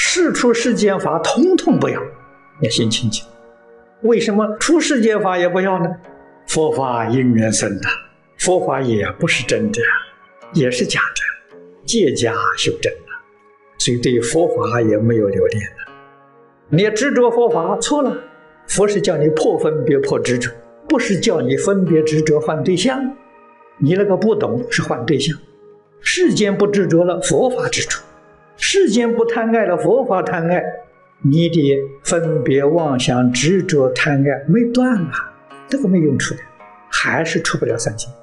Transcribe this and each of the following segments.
世出世间法统统不要，要心清净。为什么出世间法也不要呢？佛法因缘生的，佛法也不是真的，也是假的，借假修真的，所以对佛法也没有留恋的。你执着佛法错了，佛是叫你破分别破执着，不是叫你分别执着换对象。你那个不懂是换对象，世间不执着了，佛法执着；世间不贪爱了，佛法贪爱。你的分别妄想执着贪爱没断啊，这个没用处的，还是出不了三界。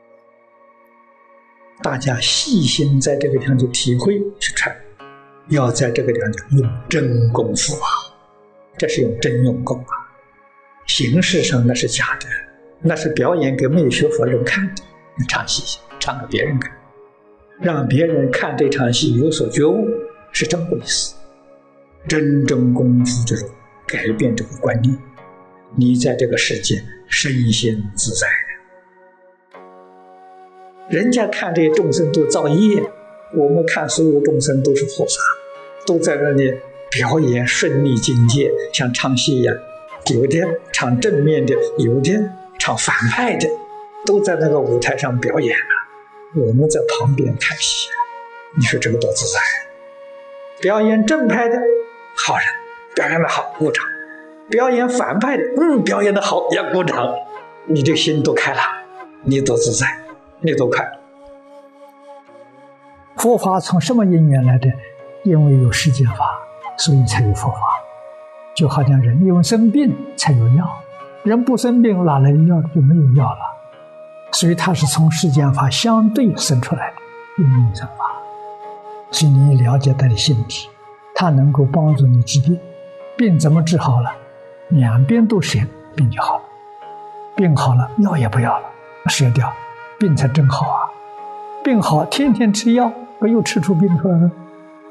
大家细心在这个地方去体会去揣，要在这个地方用真功夫啊，这是用真用功啊。形式上那是假的，那是表演给没有学佛人看的，你唱戏唱给别人看，让别人看这场戏有所觉悟，是这么个意思。真正功夫就是改变这个观念，你在这个世界身心自在的。人家看这些众生都造业，我们看所有众生都是菩萨，都在那里表演顺利境界，像唱戏一样，有的唱正面的，有的唱反派的，都在那个舞台上表演了，我们在旁边看戏，你说这个多自在。表演正派的好人，表演的好，鼓掌；表演反派的，表演的好，也鼓掌。你这心都开了，你多自在，你多快乐。佛法从什么因缘来的？因为有世间法，所以才有佛法。就好像人因为生病才有药，人不生病哪来的药？就没有药了。所以它是从世间法相对生出来的因缘生法。所以你了解它的性质，它能够帮助你治病。病怎么治好了？两边都舍，病就好了。病好了，药也不要了，舍掉，病才真好啊。病好，天天吃药，不又吃出病出来了？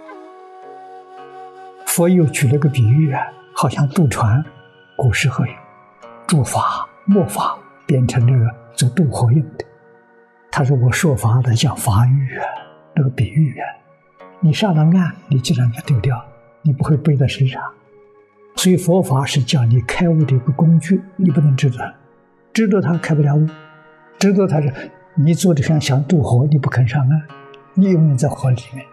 佛又举了个比喻啊，好像渡船，古时候有铸筏、磨筏，变成这个做渡河用的。他说我说法的像筏喻啊，那个比喻啊，你上了岸，你就让它丢掉，你不会背在身上。所以佛法是叫你开悟的一个工具，你不能执着它，执着它开不了悟。执着它是你做的像渡河，你不肯上岸，你永远在河里面。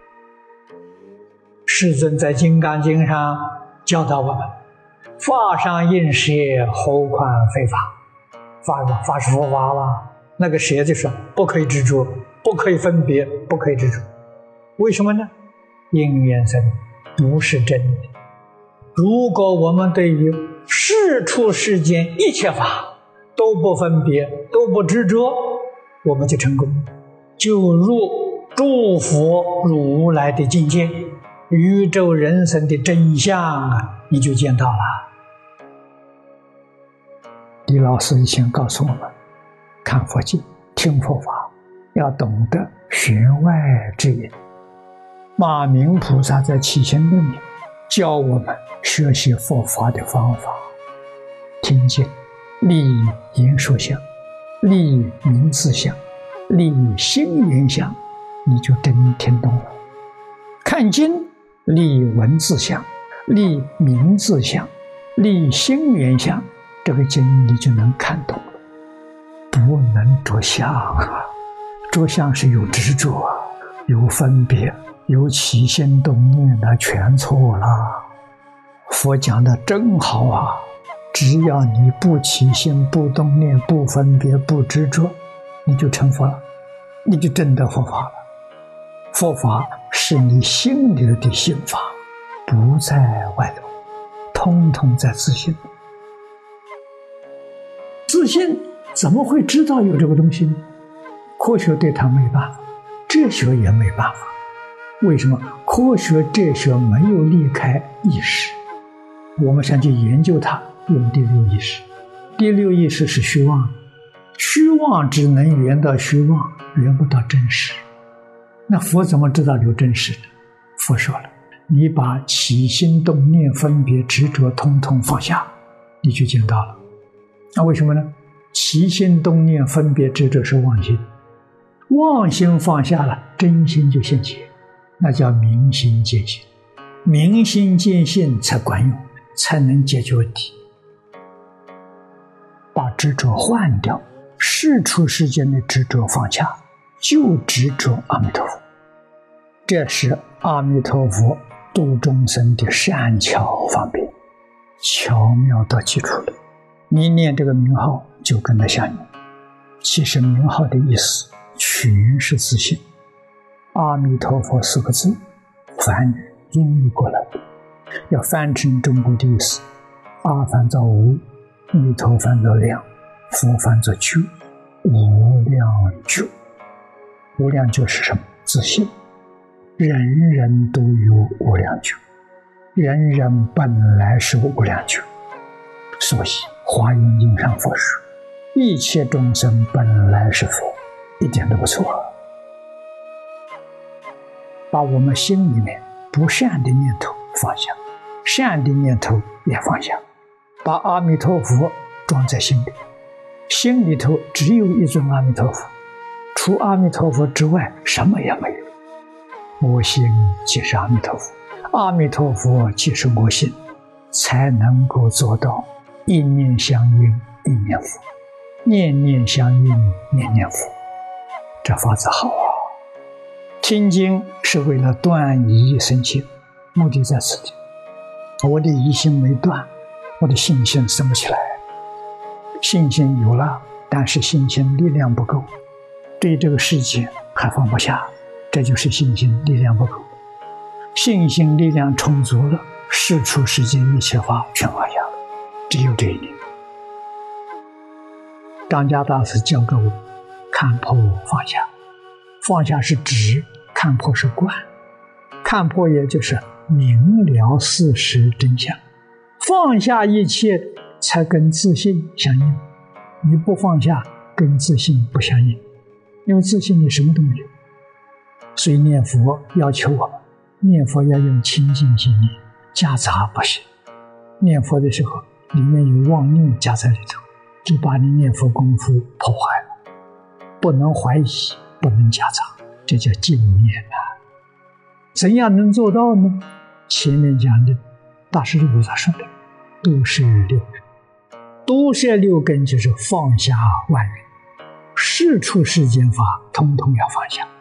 世尊在《金刚经》上教导我们：法上应舍，何况非法？法是佛法吗？那个舍就是不可以执着，不可以分别，不可以执着。为什么呢？因缘生，不是真的。如果我们对于世出世间一切法都不分别，都不执着，我们就成功，就入诸佛如来的境界，宇宙人生的真相啊，你就见到了。李老师以前告诉我们，看佛经、听佛法，要懂得弦外之音。马明菩萨在《起心论》里教我们学习佛法的方法：听经，立言说相，立名字相，立心缘相，你就真听懂了。看经，立文字相，立名字相，立心缘相，这个经你就能看懂了。不能着相啊，着相是有执着啊，有分别，有起心动念，那全错了。佛讲的真好啊，只要你不起心，不动念，不分别，不执着，你就成佛了，你就证得佛法了。佛法是你心里的心法，不在外头，通通在自信。自信怎么会知道有这个东西呢？科学对它没办法，哲学也没办法。为什么？科学哲学没有离开意识，我们想去研究它，用第六意识。第六意识是虚妄，虚妄只能圆到虚妄，圆不到真实。那佛怎么知道有真实的？佛说了，你把起心动念分别执着统统放下，你就见到了。那为什么呢？起心动念分别执着是妄心，妄心放下了，真心就现前，那叫明心见性。 明心见性才管用，才能解决问题。把执着换掉，世出世间的执着放下，就执着阿弥陀佛。这是阿弥陀佛度众生的善巧方便，巧妙到基础了。你念这个名号就跟它相应。其实名号的意思全是自信。阿弥陀佛4个字，梵语音译过来，要翻成中国的意思：阿翻作无，弥陀翻作量，佛翻作觉，无量觉。无量觉是什么？自信。人人都有无量觉，人人本来是无量觉。所以华严经上佛说，一切众生本来是佛，一点都不错。把我们心里面不善的念头放下，善的念头也放下，把阿弥陀佛装在心里，心里头只有一尊阿弥陀佛，除阿弥陀佛之外什么也没有。我心即是阿弥陀佛，阿弥陀佛即是我心，才能够做到一念相应一念佛，念念相应念念佛。这法子好啊！听经是为了断疑生信，目的在此地。我的疑心没断，我的信心生不起来。信心有了，但是信心力量不够，对这个世界还放不下，这就是信心力量不够。信心力量充足了，世出世间一切法全放下了，只有这一点。张家大师教给我看破放下，放下是执，看破是观。看破也就是明了事实真相，放下一切才跟自信相应。你不放下，跟自信不相应，因为自信你什么都没有。所以念佛要求我们念佛要用清净心念，夹杂不行。念佛的时候里面有妄念夹在里头，就把你念佛功夫破坏了。不能怀疑，不能夹杂，这叫净念啊。怎样能做到呢？前面讲的大师菩萨说的都是6根，都是6根，就是放下万缘，世出世间法通通要放下。